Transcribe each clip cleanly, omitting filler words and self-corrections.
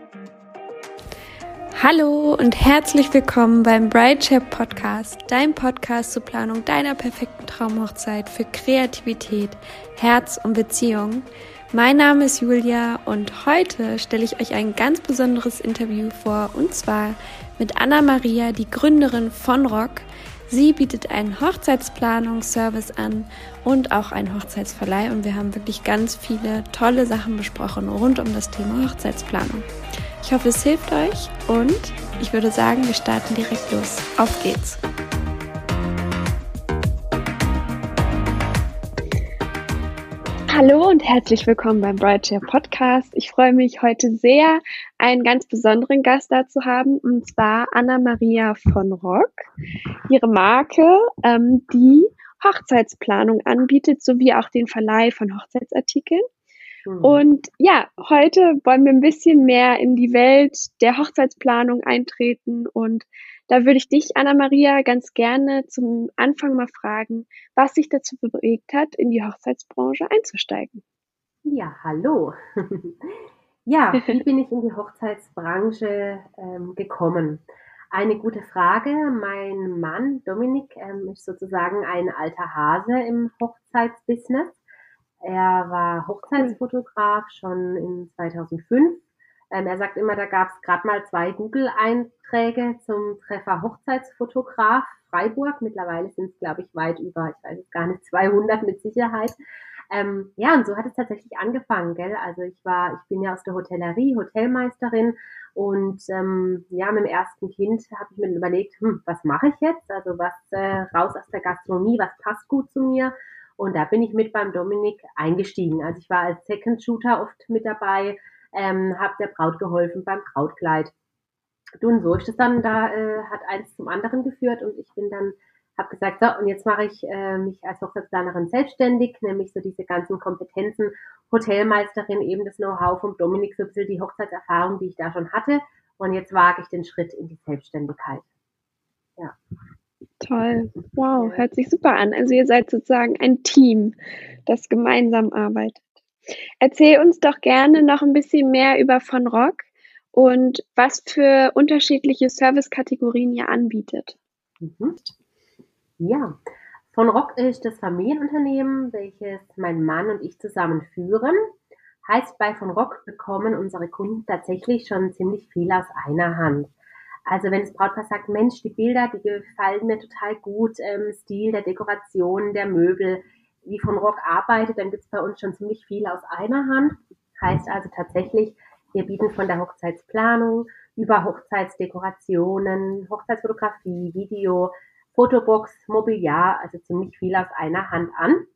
Hallo und herzlich willkommen beim Brideshare Podcast, dein Podcast zur Planung deiner perfekten Traumhochzeit für Kreativität, Herz und Beziehung. Mein Name ist Julia und heute stelle ich euch ein ganz besonderes Interview vor, und zwar mit Anna-Maria, die Gründerin von Rock. Sie bietet einen Hochzeitsplanungsservice an und auch einen Hochzeitsverleih, und wir haben wirklich ganz viele tolle Sachen besprochen rund um das Thema Hochzeitsplanung. Ich hoffe, es hilft euch und ich würde sagen, wir starten direkt los. Auf geht's! Hallo und herzlich willkommen beim Brideshare Podcast. Ich freue mich heute sehr, einen ganz besonderen Gast da zu haben, und zwar Anna-Maria von Rock. Ihre Marke, die Hochzeitsplanung anbietet, sowie auch den Verleih von Hochzeitsartikeln. Und ja, heute wollen wir ein bisschen mehr in die Welt der Hochzeitsplanung eintreten, und da würde ich dich, Anna-Maria, ganz gerne zum Anfang mal fragen, was dich dazu bewegt hat, in die Hochzeitsbranche einzusteigen. Ja, hallo. Ja, wie bin ich in die Hochzeitsbranche gekommen? Eine gute Frage. Mein Mann Dominik ist sozusagen ein alter Hase im Hochzeitsbusiness. Er war Hochzeitsfotograf schon in 2005. Er sagt immer, da gab es gerade mal 2 Google-Einträge zum Treffer Hochzeitsfotograf Freiburg. Mittlerweile sind es, glaube ich, weit über, ich weiß es gar nicht, 200 mit Sicherheit. Ja, und so hat es tatsächlich angefangen, gell? Also ich bin ja aus der Hotellerie, Hotelmeisterin, und ja, mit dem ersten Kind habe ich mir überlegt, was mache ich jetzt? Also was raus aus der Gastronomie, was passt gut zu mir? Und da bin ich mit beim Dominik eingestiegen. Also ich war als Second Shooter oft mit dabei, habe der Braut geholfen beim Brautkleid. Du, und so ist es dann, da hat eins zum anderen geführt, und ich habe gesagt, so, und jetzt mache ich mich als Hochzeitsplanerin selbstständig, nämlich so diese ganzen Kompetenzen, Hotelmeisterin, eben das Know-how vom Dominik, so ein bisschen die Hochzeitserfahrung, die ich da schon hatte, und jetzt wage ich den Schritt in die Selbstständigkeit. Ja. Toll. Wow, hört sich super an. Also ihr seid sozusagen ein Team, das gemeinsam arbeitet. Erzähl uns doch gerne noch ein bisschen mehr über von Rock und was für unterschiedliche Servicekategorien ihr anbietet. Ja, von Rock ist das Familienunternehmen, welches mein Mann und ich zusammen führen. Heißt, bei von Rock bekommen unsere Kunden tatsächlich schon ziemlich viel aus einer Hand. Also wenn das Brautpaar sagt, Mensch, die Bilder, die gefallen mir total gut, Stil der Dekoration, der Möbel, wie von Rock arbeitet, dann gibt's bei uns schon ziemlich viel aus einer Hand. Heißt also tatsächlich, wir bieten von der Hochzeitsplanung über Hochzeitsdekorationen, Hochzeitsfotografie, Video, Fotobox, Mobiliar, also ziemlich viel aus einer Hand an.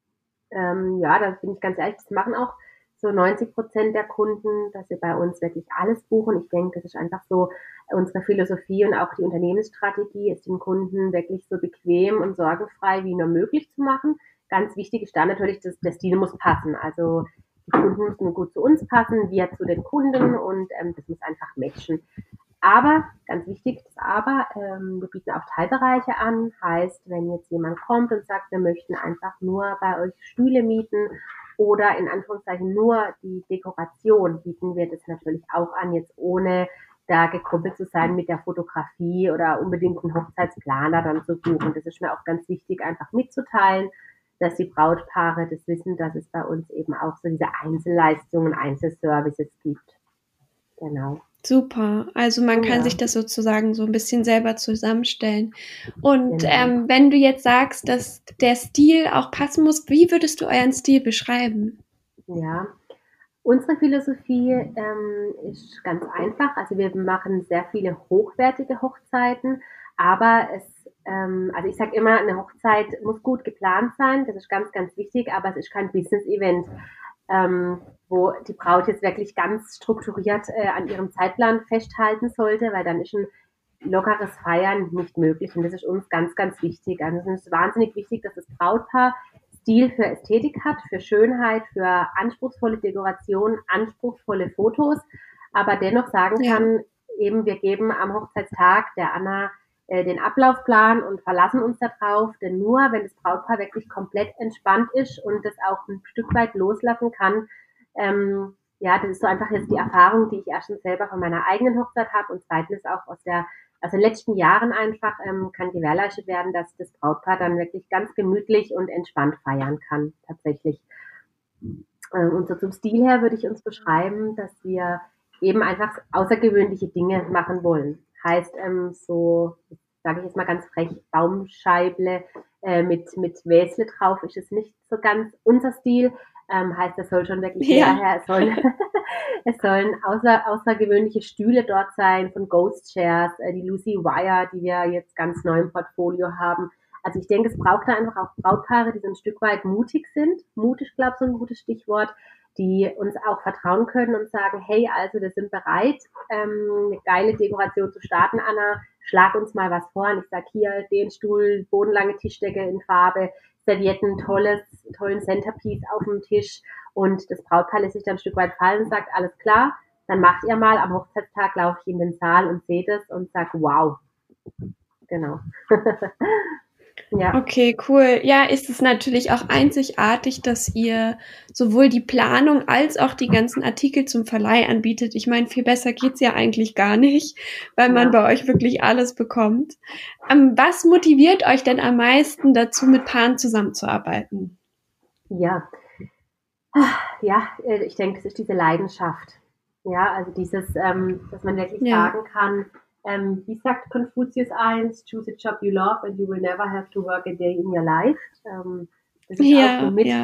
Ja, da bin ich ganz ehrlich, das machen auch so 90% der Kunden, dass sie bei uns wirklich alles buchen. Ich denke, das ist einfach so unsere Philosophie und auch die Unternehmensstrategie, ist den Kunden wirklich so bequem und sorgenfrei wie nur möglich zu machen. Ganz wichtig ist da natürlich, dass der Stil muss passen. Also die Kunden müssen gut zu uns passen, wir zu den Kunden, und das muss einfach matchen. Aber, ganz wichtig, wir bieten auch Teilbereiche an. Heißt, wenn jetzt jemand kommt und sagt, wir möchten einfach nur bei euch Stühle mieten oder in Anführungszeichen nur die Dekoration, bieten wir das natürlich auch an, jetzt ohne da gekoppelt zu sein mit der Fotografie oder unbedingt einen Hochzeitsplaner dann zu buchen. Das ist mir auch ganz wichtig, einfach mitzuteilen, dass die Brautpaare das wissen, dass es bei uns eben auch so diese Einzelleistungen, Einzelservices gibt. Genau. Super, also man kann sich das sozusagen so ein bisschen selber zusammenstellen. Und wenn du jetzt sagst, dass der Stil auch passen muss, wie würdest du euren Stil beschreiben? Ja, unsere Philosophie ist ganz einfach. Also wir machen sehr viele hochwertige Hochzeiten, aber also ich sage immer, eine Hochzeit muss gut geplant sein. Das ist ganz, ganz wichtig, aber es ist kein Business-Event, wo die Braut jetzt wirklich ganz strukturiert an ihrem Zeitplan festhalten sollte, weil dann ist ein lockeres Feiern nicht möglich, und das ist uns ganz, ganz wichtig. Also es ist wahnsinnig wichtig, dass das Brautpaar Stil für Ästhetik hat, für Schönheit, für anspruchsvolle Dekoration, anspruchsvolle Fotos, aber dennoch sagen kann, eben wir geben am Hochzeitstag der Anna den Ablaufplan und verlassen uns darauf, denn nur wenn das Brautpaar wirklich komplett entspannt ist und das auch ein Stück weit loslassen kann, ja, das ist so einfach jetzt die Erfahrung, die ich erstens selber von meiner eigenen Hochzeit habe und zweitens auch aus den letzten Jahren einfach kann gewährleistet werden, dass das Brautpaar dann wirklich ganz gemütlich und entspannt feiern kann, tatsächlich. Und so zum Stil her würde ich uns beschreiben, dass wir eben einfach außergewöhnliche Dinge machen wollen. Heißt, so, sage ich jetzt mal ganz frech, Baumscheible mit Wäsle drauf ist es nicht so ganz unser Stil. Heißt, es soll schon wirklich Ja. her, es sollen außergewöhnliche Stühle dort sein von Ghost Chairs, die Lucy Wire, die wir jetzt ganz neu im Portfolio haben. Also ich denke, es braucht da einfach auch Brautpaare, die so ein Stück weit mutig sind. Mutig, glaube ich, so ein gutes Stichwort, die uns auch vertrauen können und sagen, hey, also wir sind bereit, eine geile Dekoration zu starten, Anna, schlag uns mal was vor. Und ich sage hier, den Stuhl, bodenlange Tischdecke in Farbe, Servietten, tollen Centerpiece auf dem Tisch und das Brautpaar lässt sich dann ein Stück weit fallen und sagt, alles klar, dann macht ihr mal, am Hochzeitstag laufe ich in den Saal und sehe das und sage, wow. Genau. Ja. Okay, cool. Ja, ist es natürlich auch einzigartig, dass ihr sowohl die Planung als auch die ganzen Artikel zum Verleih anbietet. Ich meine, viel besser geht's ja eigentlich gar nicht, weil man bei euch wirklich alles bekommt. Was motiviert euch denn am meisten dazu, mit Paaren zusammenzuarbeiten? Ja, ich denke, das ist diese Leidenschaft. Ja, also dieses, dass man wirklich sagen kann, wie sagt Konfuzius eins, choose a job you love and you will never have to work a day in your life. Das ist auch so mit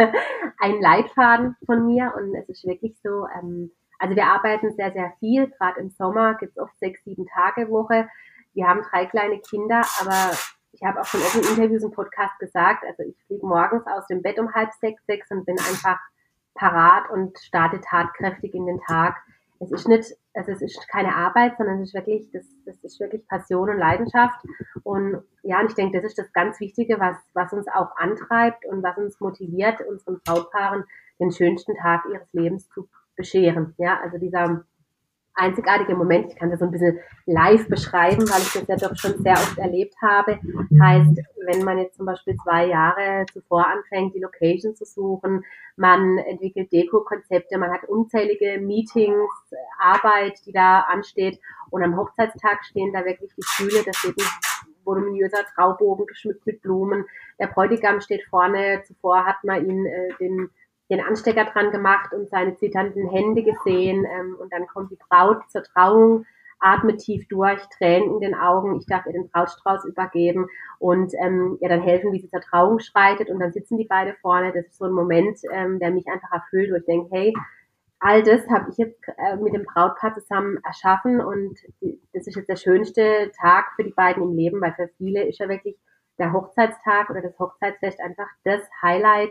ein Leitfaden von mir und es ist wirklich so, also wir arbeiten sehr, sehr viel, gerade im Sommer gibt es oft 6-7 Tage Woche. Wir haben 3 kleine Kinder, aber ich habe auch schon oft in Interviews im Podcast gesagt, also ich fliege morgens aus dem Bett um 5:30 und bin einfach parat und starte tatkräftig in den Tag. Es ist keine Arbeit, sondern es ist wirklich, das ist wirklich Passion und Leidenschaft. Und ja, und ich denke, das ist das ganz Wichtige, was uns auch antreibt und was uns motiviert, unseren Brautpaaren den schönsten Tag ihres Lebens zu bescheren. Ja, also dieser einzigartige Moment, ich kann das so ein bisschen live beschreiben, weil ich das ja doch schon sehr oft erlebt habe, heißt, wenn man jetzt zum Beispiel 2 Jahre zuvor anfängt, die Location zu suchen, man entwickelt Deko-Konzepte, man hat unzählige Meetings, Arbeit, die da ansteht und am Hochzeitstag stehen da wirklich die Stühle, da steht ein voluminöser Traubogen geschmückt mit Blumen, der Bräutigam steht vorne, zuvor hat man ihn den Anstecker dran gemacht und seine zitternden Hände gesehen und dann kommt die Braut zur Trauung, atmet tief durch, Tränen in den Augen, ich darf ihr den Brautstrauß übergeben und ja dann helfen, wie sie zur Trauung schreitet und dann sitzen die beide vorne, das ist so ein Moment, der mich einfach erfüllt, wo ich denke, hey, all das habe ich jetzt mit dem Brautpaar zusammen erschaffen und das ist jetzt der schönste Tag für die beiden im Leben, weil für viele ist ja wirklich der Hochzeitstag oder das Hochzeitsfest einfach das Highlight,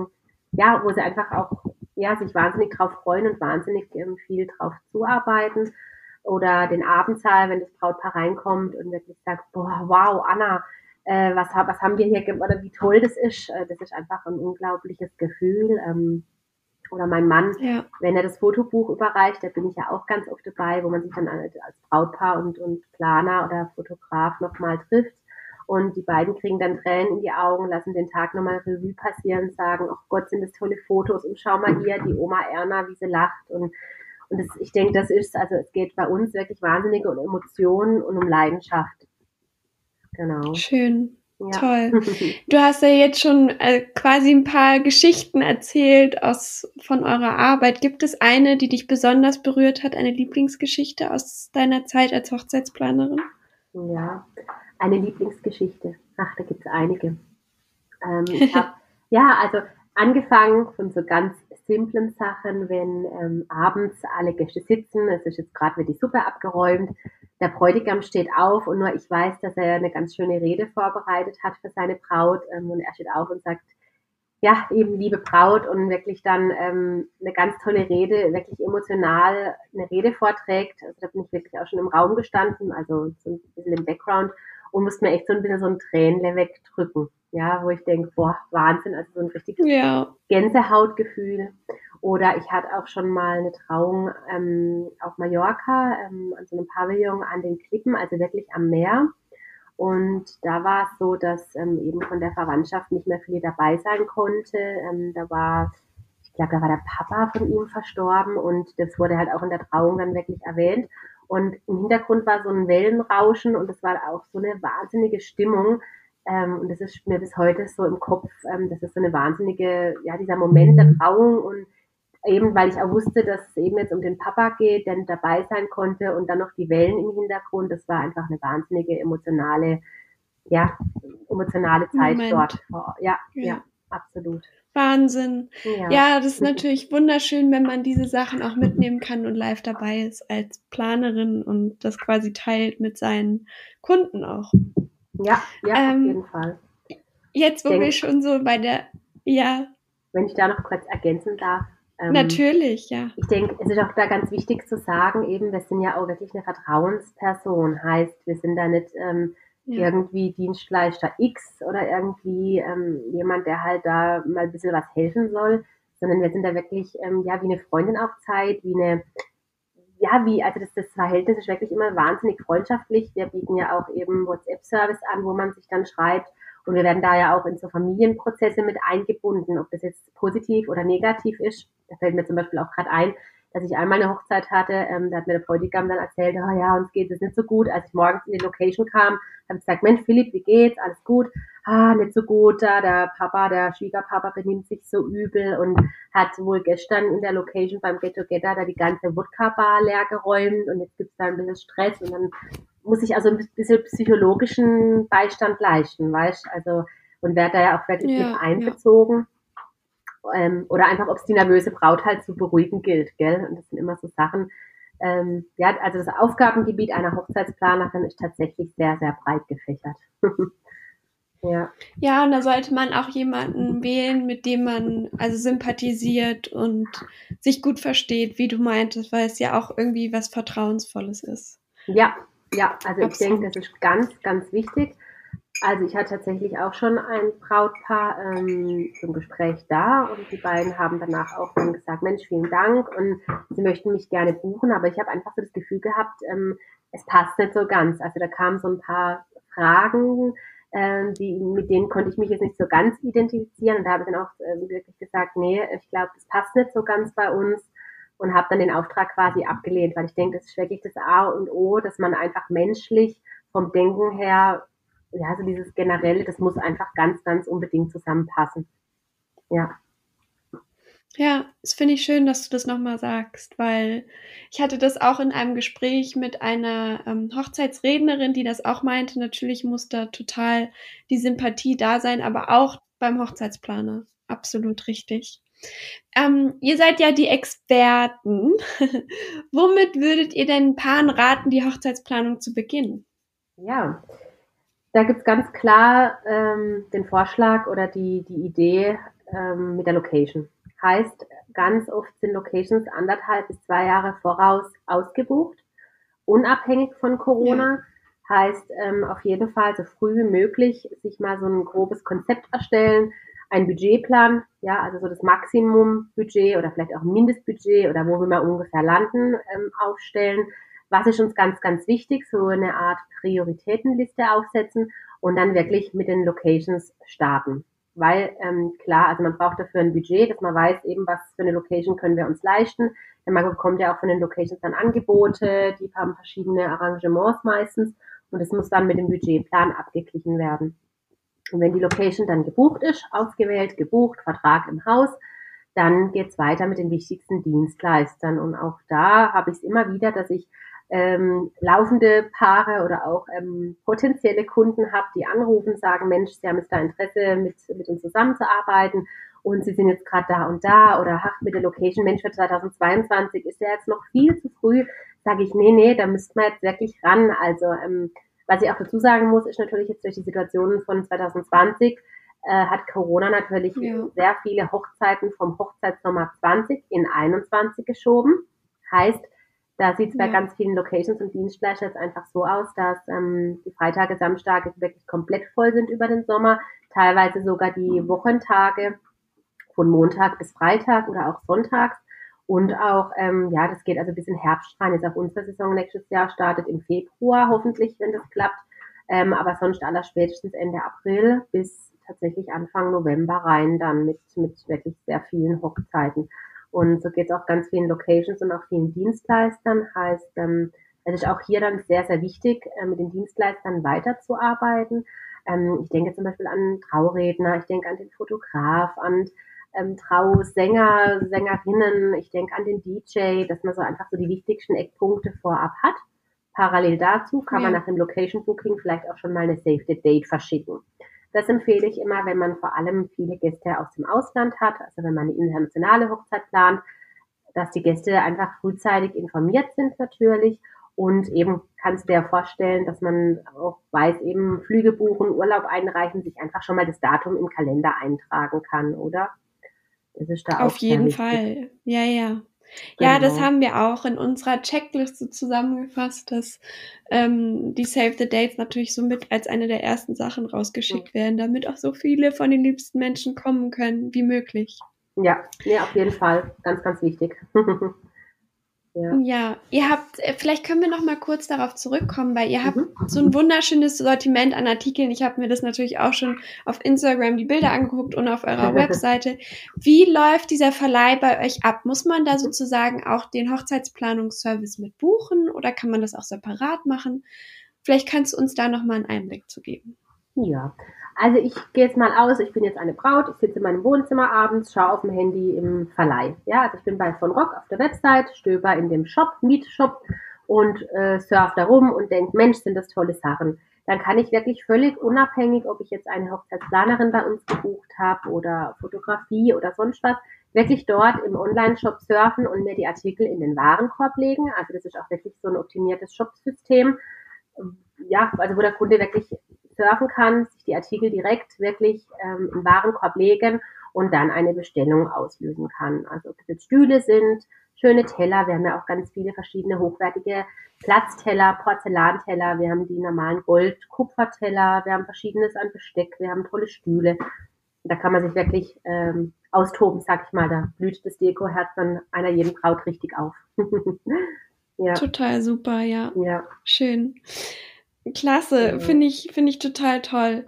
ja, wo sie einfach auch ja, sich wahnsinnig drauf freuen und wahnsinnig viel drauf zuarbeiten. Oder den Abendsaal, wenn das Brautpaar reinkommt und wirklich sagt, boah, wow, Anna, was haben wir hier oder wie toll das ist. Das ist einfach ein unglaubliches Gefühl. Oder mein Mann, wenn er das Fotobuch überreicht, da bin ich ja auch ganz oft dabei, wo man sich dann als Brautpaar und Planer oder Fotograf nochmal trifft. Und die beiden kriegen dann Tränen in die Augen, lassen den Tag nochmal Revue passieren, sagen, oh Gott, sind das tolle Fotos und schau mal hier, die Oma Erna, wie sie lacht. Und das, ich denke, das ist, also es geht bei uns wirklich wahnsinnig um Emotionen und um Leidenschaft. Genau. Schön. Ja. Toll. Du hast ja jetzt schon quasi ein paar Geschichten erzählt von eurer Arbeit. Gibt es eine, die dich besonders berührt hat, eine Lieblingsgeschichte aus deiner Zeit als Hochzeitsplanerin? Ja, eine Lieblingsgeschichte. Ach, da gibt's einige. Ich habe, also angefangen von so ganz simplen Sachen, wenn abends alle Gäste sitzen, es ist jetzt gerade wird die Suppe abgeräumt, der Bräutigam steht auf und nur ich weiß, dass er eine ganz schöne Rede vorbereitet hat für seine Braut und er steht auf und sagt, ja, eben liebe Braut und wirklich dann eine ganz tolle Rede, wirklich emotional eine Rede vorträgt. Also da bin ich wirklich auch schon im Raum gestanden, also so ein bisschen im Background und musste mir echt so ein bisschen so ein Tränle wegdrücken. Ja, wo ich denke, boah, Wahnsinn, also so ein richtiges Gänsehautgefühl. Oder ich hatte auch schon mal eine Trauung auf Mallorca, an so einem Pavillon an den Klippen, also wirklich am Meer. Und da war es so, dass eben von der Verwandtschaft nicht mehr viele dabei sein konnte. Da war, ich glaube, da war der Papa von ihm verstorben und das wurde halt auch in der Trauung dann wirklich erwähnt. Und im Hintergrund war so ein Wellenrauschen und es war auch so eine wahnsinnige Stimmung. Und das ist mir bis heute so im Kopf, das ist so eine wahnsinnige, ja, dieser Moment der Trauung und eben, weil ich auch wusste, dass es eben jetzt um den Papa geht, der nicht dabei sein konnte und dann noch die Wellen im Hintergrund. Das war einfach eine wahnsinnige ja, emotionale Zeit Moment. dort. Ja, Ja. ja, absolut. Wahnsinn. Ja. Ja, das ist natürlich wunderschön, wenn man diese Sachen auch mitnehmen kann und live dabei ist als Planerin und das quasi teilt mit seinen Kunden auch. Ja, ja, auf jeden Fall. Jetzt, wo wir schon so ja, wenn ich da noch kurz ergänzen darf, natürlich, ja. ich denke, es ist auch da ganz wichtig zu sagen, eben, wir sind ja auch wirklich eine Vertrauensperson. Heißt, wir sind da nicht Ja. irgendwie Dienstleister X oder irgendwie jemand, der halt da mal ein bisschen was helfen soll, sondern wir sind da wirklich ja wie eine Freundin auf Zeit, also das Verhältnis ist wirklich immer wahnsinnig freundschaftlich. Wir bieten ja auch eben WhatsApp-Service an, wo man sich dann schreibt. Und wir werden da ja auch in so Familienprozesse mit eingebunden, ob das jetzt positiv oder negativ ist. Da fällt mir zum Beispiel auch gerade ein, dass ich einmal eine Hochzeit hatte, da hat mir der Bräutigam dann erzählt, oh ja, uns geht es nicht so gut. Als ich morgens in die Location kam, habe ich gesagt, Mensch, Philipp, wie geht's? Alles gut? Nicht so gut, da der Schwiegerpapa benimmt sich so übel und hat wohl gestern in der Location beim Get Together da die ganze Wodka-Bar leer geräumt und jetzt gibt's da ein bisschen Stress und dann muss ich also ein bisschen psychologischen Beistand leisten, weißt, also, und werde da ja auch wirklich mit einbezogen. Oder einfach, ob es die nervöse Braut halt zu beruhigen gilt, gell? Und das sind immer so Sachen. Ja, also das Aufgabengebiet einer Hochzeitsplanerin ist tatsächlich sehr, sehr breit gefächert. Ja. Ja, und da sollte man auch jemanden wählen, mit dem man also sympathisiert und sich gut versteht, wie du meintest, weil es ja auch irgendwie was Vertrauensvolles ist. Ja, ja, also Absolut. Ich denke, das ist ganz, ganz wichtig. Also ich hatte tatsächlich auch schon ein Brautpaar zum Gespräch da und die beiden haben danach auch dann gesagt, Mensch, vielen Dank und sie möchten mich gerne buchen, aber ich habe einfach so das Gefühl gehabt, es passt nicht so ganz. Also da kamen so ein paar Fragen, mit denen konnte ich mich jetzt nicht so ganz identifizieren und da habe ich dann auch wirklich gesagt, nee, ich glaube, das passt nicht so ganz bei uns und habe dann den Auftrag quasi abgelehnt, weil ich denke, das ist wirklich das A und O, dass man einfach menschlich vom Denken her, ja, so dieses Generelle, das muss einfach ganz, ganz unbedingt zusammenpassen. Ja. Ja, das finde ich schön, dass du das nochmal sagst, weil ich hatte das auch in einem Gespräch mit einer Hochzeitsrednerin, die das auch meinte. Natürlich muss da total die Sympathie da sein, aber auch beim Hochzeitsplaner. Absolut richtig. Ihr seid ja die Experten. Womit würdet ihr denn Paaren raten, die Hochzeitsplanung zu beginnen? Ja, da gibt's ganz klar den Vorschlag oder die Idee mit der Location. Heißt, ganz oft sind Locations 1,5 bis 2 Jahre voraus ausgebucht, unabhängig von Corona. Heißt, auf jeden Fall so früh wie möglich sich mal so ein grobes Konzept erstellen, ein Budgetplan, ja, also so das Maximumbudget oder vielleicht auch Mindestbudget oder wo wir mal ungefähr landen, aufstellen. Was ist uns ganz, ganz wichtig, so eine Art Prioritätenliste aufsetzen und dann wirklich mit den Locations starten. Weil klar, also man braucht dafür ein Budget, dass man weiß eben, was für eine Location können wir uns leisten. Denn man bekommt ja auch von den Locations dann Angebote, die haben verschiedene Arrangements meistens und es muss dann mit dem Budgetplan abgeglichen werden. Und wenn die Location dann gebucht ist, ausgewählt, gebucht, Vertrag im Haus, dann geht's weiter mit den wichtigsten Dienstleistern. Und auch da habe ich es immer wieder, dass ich laufende Paare oder auch potenzielle Kunden habe, die anrufen, sagen, Mensch, Sie haben jetzt da Interesse, mit uns zusammenzuarbeiten und Sie sind jetzt gerade da und da oder ach, mit der Location, Mensch, für 2022 ist ja jetzt noch viel zu früh. Sage ich, nee, da müssten wir jetzt wirklich ran. Also was ich auch dazu sagen muss, ist natürlich jetzt durch die Situation von 2020 hat Corona natürlich sehr viele Hochzeiten vom Hochzeitssommer 20 in 21 geschoben. Heißt, da sieht es bei ganz vielen Locations und Dienstleistern jetzt einfach so aus, dass die Freitage, Samstage wirklich komplett voll sind über den Sommer. Teilweise sogar die Wochentage von Montag bis Freitag oder auch sonntags. Und auch, ja, das geht also bis in Herbst rein. Jetzt auch unsere Saison nächstes Jahr startet im Februar, hoffentlich, wenn das klappt. Aber sonst allerspätestens Ende April bis tatsächlich Anfang November rein, dann mit wirklich sehr vielen Hochzeiten. Und so geht es auch ganz vielen Locations und auch vielen Dienstleistern. Heißt, es ist auch hier dann sehr, sehr wichtig, mit den Dienstleistern weiterzuarbeiten. Ich denke zum Beispiel an Trauredner, ich denke an den Fotograf, an Trausänger, Sängerinnen, ich denke an den DJ, dass man so einfach so die wichtigsten Eckpunkte vorab hat. Parallel dazu kann man nach dem Location Booking vielleicht auch schon mal eine Save the Date verschicken. Das empfehle ich immer, wenn man vor allem viele Gäste aus dem Ausland hat, also wenn man eine internationale Hochzeit plant, dass die Gäste einfach frühzeitig informiert sind natürlich und eben kannst du dir vorstellen, dass man auch weiß, eben Flüge buchen, Urlaub einreichen, sich einfach schon mal das Datum im Kalender eintragen kann, oder? Das ist da Auf auch sehr jeden wichtig. Fall. Ja, ja. Ja, das Genau. haben wir auch in unserer Checkliste zusammengefasst, dass die Save the Dates natürlich so mit als eine der ersten Sachen rausgeschickt werden, damit auch so viele von den liebsten Menschen kommen können wie möglich. Ja, nee, auf jeden Fall. Ganz, ganz wichtig. Ja. Ja, ihr habt, vielleicht können wir noch mal kurz darauf zurückkommen, weil ihr habt Mhm. so ein wunderschönes Sortiment an Artikeln. Ich habe mir das natürlich auch schon auf Instagram die Bilder angeguckt und auf eurer Webseite. Wie läuft dieser Verleih bei euch ab? Muss man da sozusagen auch den Hochzeitsplanungsservice mit buchen oder kann man das auch separat machen? Vielleicht kannst du uns da noch mal einen Einblick zu geben. Ja, also ich gehe jetzt mal aus, ich bin jetzt eine Braut, ich sitze in meinem Wohnzimmer abends, schaue auf dem Handy im Verleih. Ja, also ich bin bei von Rock auf der Website, stöber in dem Shop, Mietshop und surf da rum und denke, Mensch, sind das tolle Sachen. Dann kann ich wirklich völlig unabhängig, ob ich jetzt eine Hochzeitsplanerin bei uns gebucht habe oder Fotografie oder sonst was, wirklich dort im Online-Shop surfen und mir die Artikel in den Warenkorb legen. Also das ist auch wirklich so ein optimiertes Shopsystem. Ja, also wo der Kunde wirklich surfen kann, sich die Artikel direkt wirklich im Warenkorb legen und dann eine Bestellung auslösen kann. Also ob das jetzt Stühle sind, schöne Teller, wir haben ja auch ganz viele verschiedene hochwertige Platzteller, Porzellanteller, wir haben die normalen Gold-Kupferteller, wir haben verschiedenes an Besteck, wir haben tolle Stühle. Da kann man sich wirklich austoben, sag ich mal, da blüht das Dekoherz dann einer jeden Braut richtig auf. Ja. Total super, ja. Ja. Schön. Klasse, Ja. finde ich total toll.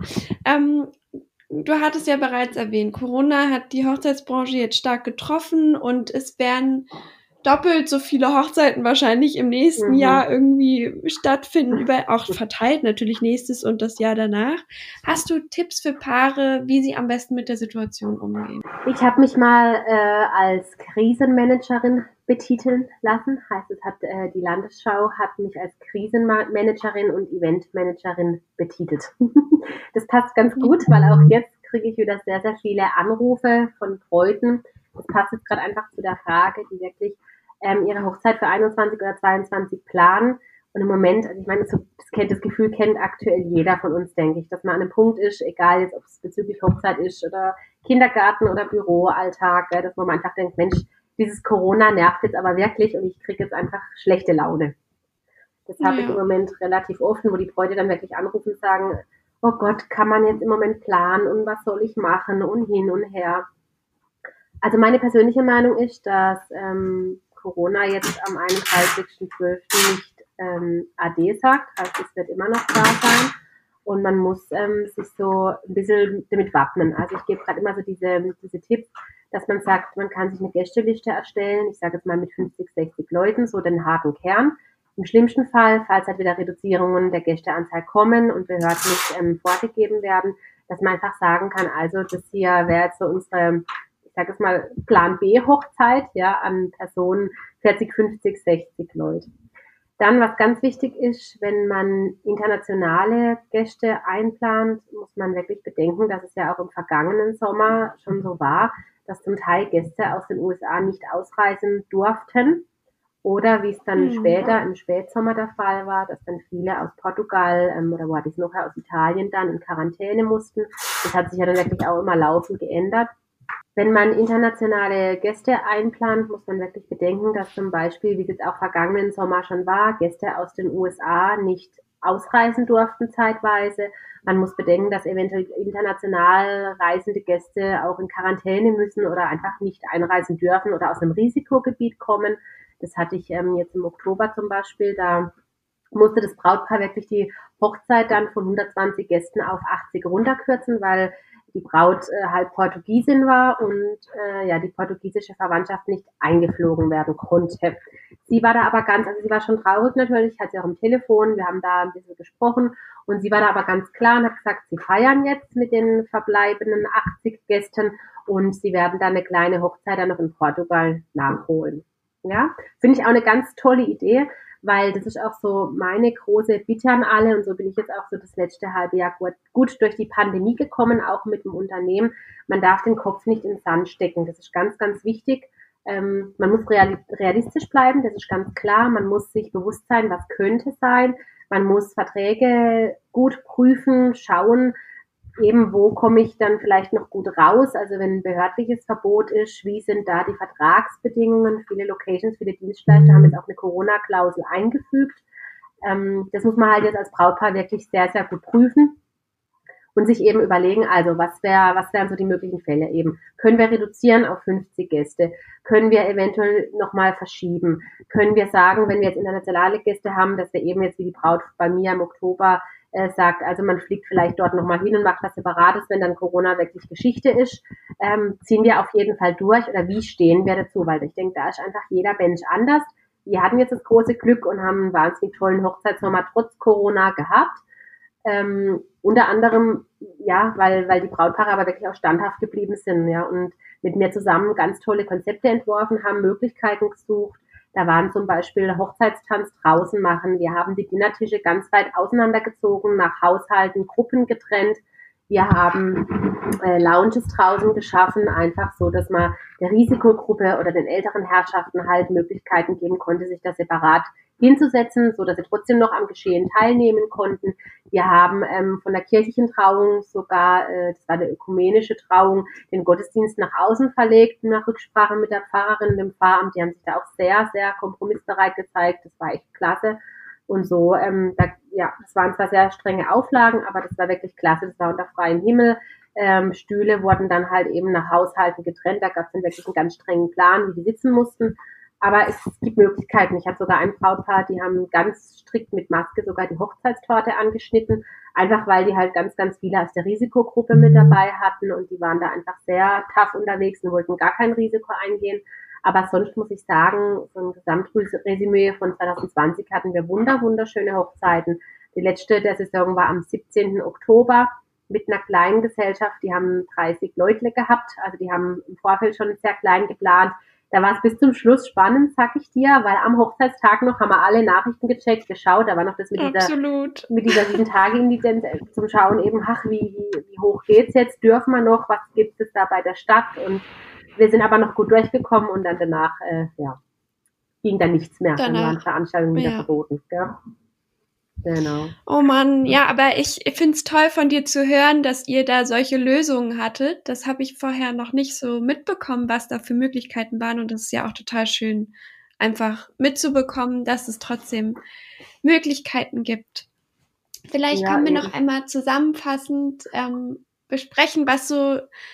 Du hattest ja bereits erwähnt, Corona hat die Hochzeitsbranche jetzt stark getroffen und es werden doppelt so viele Hochzeiten wahrscheinlich im nächsten Jahr irgendwie stattfinden, auch verteilt natürlich nächstes und das Jahr danach. Hast du Tipps für Paare, wie sie am besten mit der Situation umgehen? Ich habe mich mal als Krisenmanagerin betiteln lassen. Heißt, es hat die Landesschau hat mich als Krisenmanagerin und Eventmanagerin betitelt. Das passt ganz gut, weil auch jetzt kriege ich wieder sehr, sehr viele Anrufe von Bräuten. Das passt jetzt gerade einfach zu der Frage, die wirklich ihre Hochzeit für 21 oder 22 planen. Und im Moment, also ich meine, das Gefühl kennt aktuell jeder von uns, denke ich, dass man an einem Punkt ist, egal jetzt, ob es bezüglich Hochzeit ist oder Kindergarten oder Büroalltag, dass man einfach denkt, Mensch, dieses Corona nervt jetzt aber wirklich und ich kriege jetzt einfach schlechte Laune. Das habe ich im Moment relativ oft, wo die Bräute dann wirklich anrufen und sagen, oh Gott, kann man jetzt im Moment planen und was soll ich machen und hin und her. Also meine persönliche Meinung ist, dass Corona jetzt am 31.12. nicht AD sagt, heißt es wird immer noch da sein und man muss sich so ein bisschen damit wappnen. Also ich gebe gerade immer so diese Tipps, dass man sagt, man kann sich eine Gästeliste erstellen, ich sage jetzt mal mit 50, 60 Leuten, so den harten Kern. Im schlimmsten Fall, falls halt wieder Reduzierungen der Gästeanzahl kommen und behördlich vorgegeben werden, dass man einfach sagen kann, also das hier wäre jetzt so unsere, ich sage jetzt mal, Plan B Hochzeit, ja, an Personen 40, 50, 60 Leute. Dann, was ganz wichtig ist, wenn man internationale Gäste einplant, muss man wirklich bedenken, dass es ja auch im vergangenen Sommer schon so war, dass zum Teil Gäste aus den USA nicht ausreisen durften. Oder wie es dann später im Spätsommer der Fall war, dass dann viele aus Portugal oder wo hatte ich es noch, aus Italien dann in Quarantäne mussten. Das hat sich ja dann wirklich auch immer laufend geändert. Wenn man internationale Gäste einplant, muss man wirklich bedenken, dass zum Beispiel, wie es jetzt auch vergangenen Sommer schon war, Gäste aus den USA nicht ausreisen durften zeitweise. Man muss bedenken, dass eventuell international reisende Gäste auch in Quarantäne müssen oder einfach nicht einreisen dürfen oder aus einem Risikogebiet kommen. Das hatte ich jetzt im Oktober zum Beispiel. Da musste das Brautpaar wirklich die Hochzeit dann von 120 Gästen auf 80 runterkürzen, weil die Braut halb Portugiesin war und die portugiesische Verwandtschaft nicht eingeflogen werden konnte. Sie war da aber sie war schon traurig natürlich, hat sie auch am Telefon, wir haben da ein bisschen gesprochen und sie war da aber ganz klar und hat gesagt, sie feiern jetzt mit den verbleibenden 80 Gästen und sie werden da eine kleine Hochzeit dann noch in Portugal nachholen. Ja, finde ich auch eine ganz tolle Idee, weil das ist auch so meine große Bitte an alle und so bin ich jetzt auch so das letzte halbe Jahr gut durch die Pandemie gekommen, auch mit dem Unternehmen. Man darf den Kopf nicht in den Sand stecken, das ist ganz, ganz wichtig. Man muss realistisch bleiben, das ist ganz klar. Man muss sich bewusst sein, was könnte sein. Man muss Verträge gut prüfen, schauen, eben wo komme ich dann vielleicht noch gut raus. Also wenn ein behördliches Verbot ist, wie sind da die Vertragsbedingungen? Viele Locations, viele Dienstleister haben jetzt auch eine Corona-Klausel eingefügt. Das muss man halt jetzt als Brautpaar wirklich sehr, sehr gut prüfen und sich eben überlegen, also was wären so die möglichen Fälle eben. Können wir reduzieren auf 50 Gäste? Können wir eventuell nochmal verschieben? Können wir sagen, wenn wir jetzt internationale Gäste haben, dass wir eben jetzt wie die Braut bei mir im Oktober sagt, also man fliegt vielleicht dort nochmal hin und macht was Separates, wenn dann Corona wirklich Geschichte ist, ziehen wir auf jeden Fall durch oder wie stehen wir dazu? Weil ich denke, da ist einfach jeder Mensch anders. Wir hatten jetzt das große Glück und haben einen wahnsinnig tollen Hochzeitssommer trotz Corona gehabt. Unter anderem, ja, weil die Brautpaare aber wirklich auch standhaft geblieben sind, ja, und mit mir zusammen ganz tolle Konzepte entworfen haben, Möglichkeiten gesucht. Da waren zum Beispiel Hochzeitstanz draußen machen. Wir haben die Dinnertische ganz weit auseinandergezogen, nach Haushalten, Gruppen getrennt. Wir haben Lounges draußen geschaffen, einfach so, dass man der Risikogruppe oder den älteren Herrschaften halt Möglichkeiten geben konnte, sich da separat hinzusetzen, so dass sie trotzdem noch am Geschehen teilnehmen konnten. Wir haben von der kirchlichen Trauung sogar, das war eine ökumenische Trauung, den Gottesdienst nach außen verlegt, nach Rücksprache mit der Pfarrerin, dem Pfarramt. Die haben sich da auch sehr, sehr kompromissbereit gezeigt. Das war echt klasse. Und so, das waren zwar sehr strenge Auflagen, aber das war wirklich klasse. Das war unter freiem Himmel. Stühle wurden dann halt eben nach Haushalten getrennt. Da gab es dann wirklich einen ganz strengen Plan, wie die sitzen mussten. Aber es gibt Möglichkeiten. Ich habe sogar ein Brautpaar, die haben ganz strikt mit Maske sogar die Hochzeitstorte angeschnitten, einfach weil die halt ganz, ganz viele aus der Risikogruppe mit dabei hatten und die waren da einfach sehr tough unterwegs und wollten gar kein Risiko eingehen. Aber sonst muss ich sagen, so ein Gesamtresümee von 2020 hatten wir wunderschöne Hochzeiten. Die letzte der Saison war am 17. Oktober mit einer kleinen Gesellschaft. Die haben 30 Leute gehabt, also die haben im Vorfeld schon sehr klein geplant. Da war es bis zum Schluss spannend, sag ich dir, weil am Hochzeitstag noch haben wir alle Nachrichten gecheckt, geschaut. Da war noch das mit dieser 7-Tage-Inzidenz zum Schauen eben, wie hoch geht's jetzt? Dürfen wir noch? Was gibt es da bei der Stadt? Und wir sind aber noch gut durchgekommen und dann danach, ging da nichts mehr. Dann waren Veranstaltungen wieder verboten. Ja. Genau. Oh Mann, ja, aber ich finde es toll von dir zu hören, dass ihr da solche Lösungen hattet. Das habe ich vorher noch nicht so mitbekommen, was da für Möglichkeiten waren. Und das ist ja auch total schön, einfach mitzubekommen, dass es trotzdem Möglichkeiten gibt. Vielleicht können wir noch einmal zusammenfassend besprechen, was so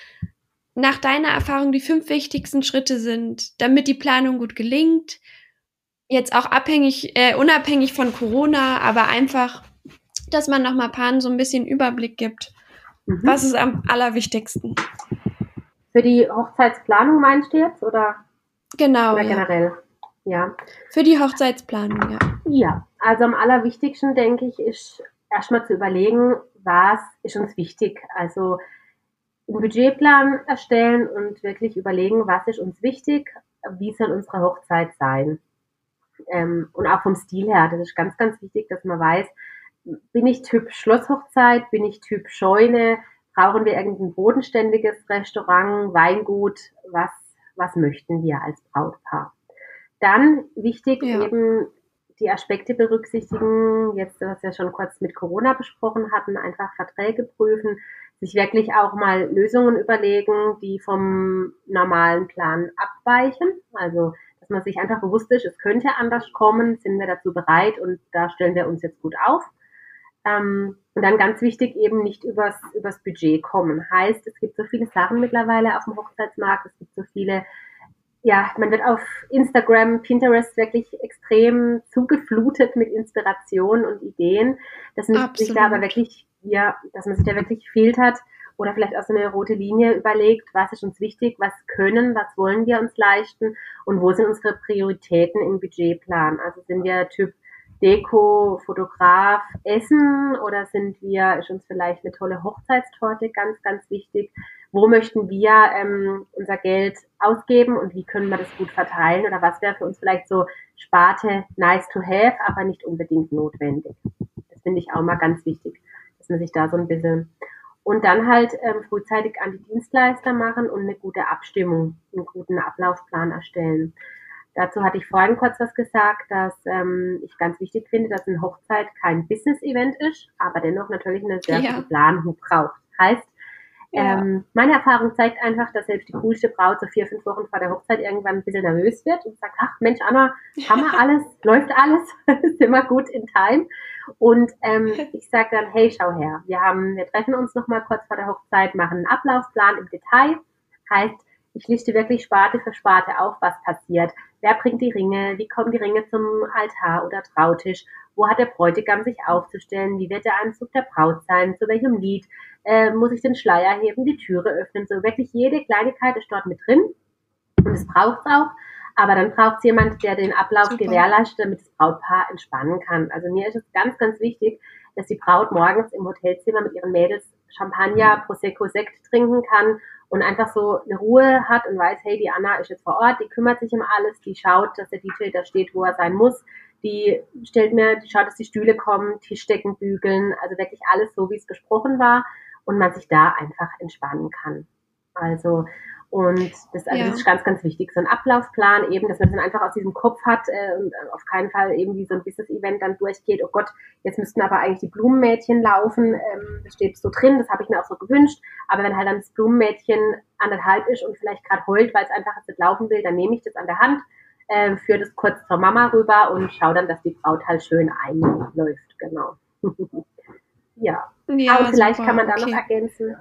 nach deiner Erfahrung die 5 wichtigsten Schritte sind, damit die Planung gut gelingt. Jetzt auch unabhängig von Corona, aber einfach, dass man nochmal Paaren so ein bisschen Überblick gibt. Was ist am allerwichtigsten? Für die Hochzeitsplanung meinst du jetzt, oder? Genau, oder generell? Ja. Für die Hochzeitsplanung, ja. Ja, also am allerwichtigsten, denke ich, ist erstmal zu überlegen, was ist uns wichtig. Also einen Budgetplan erstellen und wirklich überlegen, was ist uns wichtig, wie soll unsere Hochzeit sein. Und auch vom Stil her, das ist ganz, ganz wichtig, dass man weiß, bin ich Typ Schlosshochzeit, bin ich Typ Scheune, brauchen wir irgendein bodenständiges Restaurant, Weingut, was möchten wir als Brautpaar. Dann wichtig eben die Aspekte berücksichtigen, jetzt, was wir schon kurz mit Corona besprochen hatten, einfach Verträge prüfen, sich wirklich auch mal Lösungen überlegen, die vom normalen Plan abweichen, also dass man sich einfach bewusst ist, es könnte anders kommen, sind wir dazu bereit und da stellen wir uns jetzt gut auf. Und dann ganz wichtig eben nicht übers Budget kommen. Heißt, es gibt so viele Sachen mittlerweile auf dem Hochzeitsmarkt, es gibt so viele, man wird auf Instagram, Pinterest wirklich extrem zugeflutet mit Inspiration und Ideen, dass man sich da aber wirklich, dass man sich da wirklich filtert oder vielleicht auch so eine rote Linie überlegt, was ist uns wichtig, was wollen wir uns leisten und wo sind unsere Prioritäten im Budgetplan. Also sind wir Typ Deko, Fotograf, Essen oder ist uns vielleicht eine tolle Hochzeitstorte ganz, ganz wichtig? Wo möchten wir unser Geld ausgeben und wie können wir das gut verteilen oder was wäre für uns vielleicht so Sparte nice to have, aber nicht unbedingt notwendig? Das finde ich auch mal ganz wichtig, dass man sich da so ein bisschen und dann halt frühzeitig an die Dienstleister machen und eine gute Abstimmung, einen guten Ablaufplan erstellen. Dazu hatte ich vorhin kurz was gesagt, dass ich ganz wichtig finde, dass eine Hochzeit kein Business-Event ist, aber dennoch natürlich eine sehr gute Planung braucht. Heißt, meine Erfahrung zeigt einfach, dass selbst die coolste Braut so 4-5 Wochen vor der Hochzeit irgendwann ein bisschen nervös wird und sagt, ach Mensch Anna, haben wir alles, läuft alles, ist immer gut in Time. Und ich sage dann, hey, schau her, wir treffen uns nochmal kurz vor der Hochzeit, machen einen Ablaufplan im Detail. Heißt, ich liste wirklich Sparte für Sparte auf, was passiert. Wer bringt die Ringe? Wie kommen die Ringe zum Altar oder Trautisch? Wo hat der Bräutigam sich aufzustellen? Wie wird der Anzug der Braut sein? Zu welchem Lied? Muss ich den Schleier heben, die Türe öffnen? So wirklich jede Kleinigkeit ist dort mit drin. Und es braucht es auch. Aber dann braucht es jemand, der den Ablauf gewährleistet, damit das Brautpaar entspannen kann. Also mir ist es ganz, ganz wichtig, dass die Braut morgens im Hotelzimmer mit ihren Mädels Champagner, Prosecco, Sekt trinken kann und einfach so eine Ruhe hat und weiß, hey, die Anna ist jetzt vor Ort, die kümmert sich um alles, die schaut, dass der DJ da steht, wo er sein muss, die schaut, dass die Stühle kommen, Tischdecken bügeln, also wirklich alles so, wie es besprochen war und man sich da einfach entspannen kann. Also, und das ist ganz, ganz wichtig, so ein Ablaufplan eben, dass man dann einfach aus diesem Kopf hat und auf keinen Fall eben wie so ein Business-Event dann durchgeht, oh Gott, jetzt müssten aber eigentlich die Blumenmädchen laufen, das steht so drin, das habe ich mir auch so gewünscht, aber wenn halt dann das Blumenmädchen 1,5 ist und vielleicht gerade heult, weil es einfach jetzt nicht laufen will, dann nehme ich das an der Hand, führe das kurz zur Mama rüber und schaue dann, dass die Braut halt schön einläuft, genau. Ja, aber vielleicht kann man da noch ergänzen,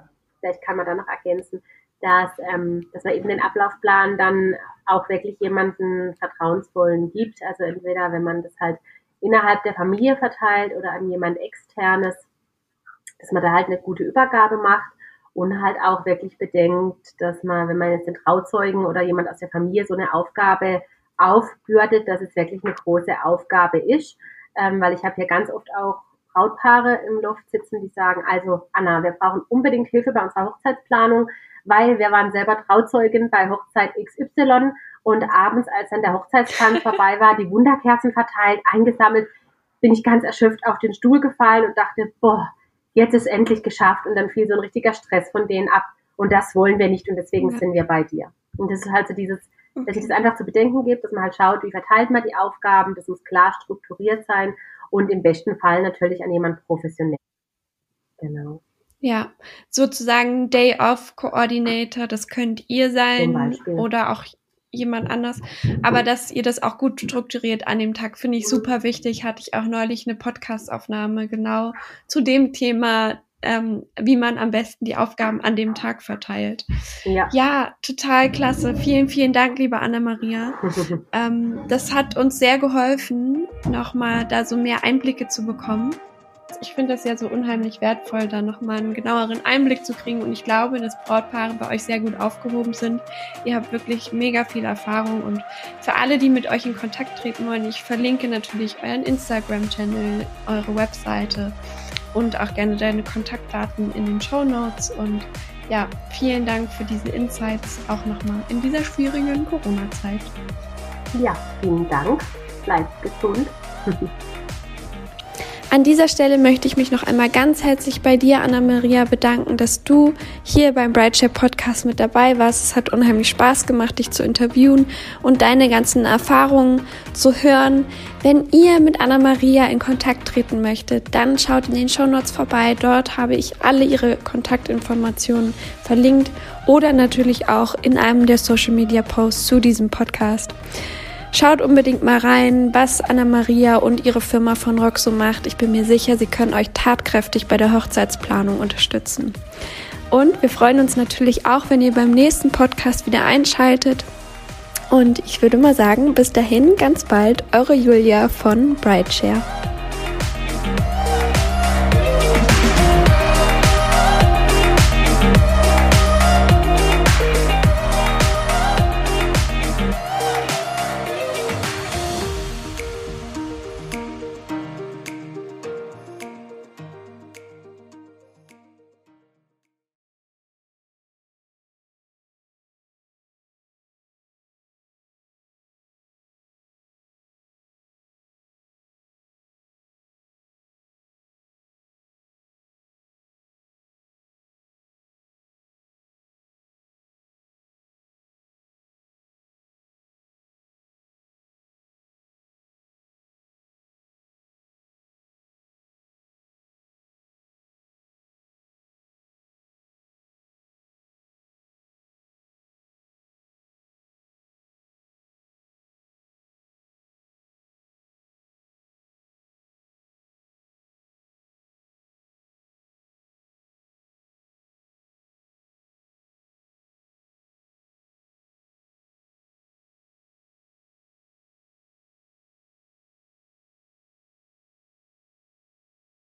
dass man eben den Ablaufplan dann auch wirklich jemanden Vertrauensvollen gibt. Also entweder, wenn man das halt innerhalb der Familie verteilt oder an jemand Externes, dass man da halt eine gute Übergabe macht und halt auch wirklich bedenkt, dass man, wenn man jetzt den Trauzeugen oder jemand aus der Familie so eine Aufgabe aufbürdet, dass es wirklich eine große Aufgabe ist. Weil ich habe hier ganz oft auch Brautpaare im Loft sitzen, die sagen, also Anna, wir brauchen unbedingt Hilfe bei unserer Hochzeitsplanung, weil wir waren selber Trauzeugin bei Hochzeit XY und abends, als dann der Hochzeitstanz vorbei war, die Wunderkerzen verteilt, eingesammelt, bin ich ganz erschöpft auf den Stuhl gefallen und dachte, boah, jetzt ist endlich geschafft und dann fiel so ein richtiger Stress von denen ab und das wollen wir nicht und deswegen sind wir bei dir. Und das ist halt so dieses, dass ich das einfach zu bedenken gebe, dass man halt schaut, wie verteilt man die Aufgaben, das muss klar strukturiert sein und im besten Fall natürlich an jemand professionell. Genau. Ja, sozusagen Day-Off-Coordinator, das könnt ihr sein oder auch jemand anders, aber dass ihr das auch gut strukturiert an dem Tag, finde ich super wichtig. Hatte ich auch neulich eine Podcast-Aufnahme genau zu dem Thema, wie man am besten die Aufgaben an dem Tag verteilt. Ja, total klasse. Vielen, vielen Dank, liebe Anna-Maria. Das hat uns sehr geholfen, nochmal da so mehr Einblicke zu bekommen. Ich finde das ja so unheimlich wertvoll, da nochmal einen genaueren Einblick zu kriegen und ich glaube, dass Brautpaare bei euch sehr gut aufgehoben sind. Ihr habt wirklich mega viel Erfahrung und für alle, die mit euch in Kontakt treten wollen, ich verlinke natürlich euren Instagram-Channel, eure Webseite und auch gerne deine Kontaktdaten in den Shownotes und ja, vielen Dank für diese Insights auch nochmal in dieser schwierigen Corona-Zeit. Ja, vielen Dank. Bleibt gesund. An dieser Stelle möchte ich mich noch einmal ganz herzlich bei dir, Anna-Maria, bedanken, dass du hier beim Brideshare Podcast mit dabei warst. Es hat unheimlich Spaß gemacht, dich zu interviewen und deine ganzen Erfahrungen zu hören. Wenn ihr mit Anna-Maria in Kontakt treten möchtet, dann schaut in den Shownotes vorbei. Dort habe ich alle ihre Kontaktinformationen verlinkt oder natürlich auch in einem der Social Media Posts zu diesem Podcast. Schaut unbedingt mal rein, was Anna-Maria und ihre Firma von Rock so macht. Ich bin mir sicher, sie können euch tatkräftig bei der Hochzeitsplanung unterstützen. Und wir freuen uns natürlich auch, wenn ihr beim nächsten Podcast wieder einschaltet. Und ich würde mal sagen, bis dahin, ganz bald, eure Julia von Brideshare.